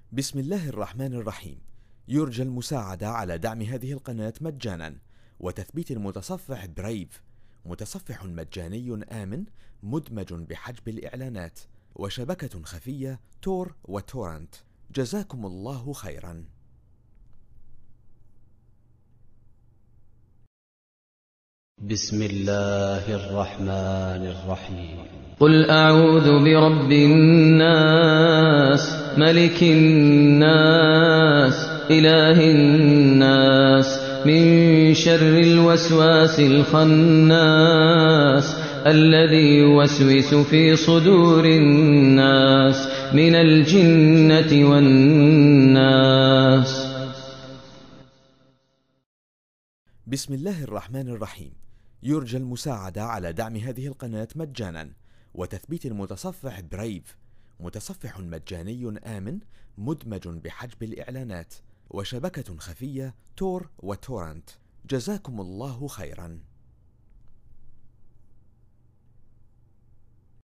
بسم الله الرحمن الرحيم. يرجى المساعدة على دعم هذه القناة مجانا وتثبيت المتصفح برايف، متصفح مجاني آمن مدمج بحجب الإعلانات وشبكة خفية تور وتورنت. جزاكم الله خيرا. بسم الله الرحمن الرحيم. قل أعوذ برب الناس، ملك الناس، إله الناس، من شر الوسواس الخناس، الذي يوسوس في صدور الناس من الجنة والناس. بسم الله الرحمن الرحيم. يرجى المساعدة على دعم هذه القناة مجانا وتثبيت المتصفح برايف، متصفح مجاني آمن مدمج بحجب الإعلانات وشبكة خفية تور وتورنت. جزاكم الله خيرا.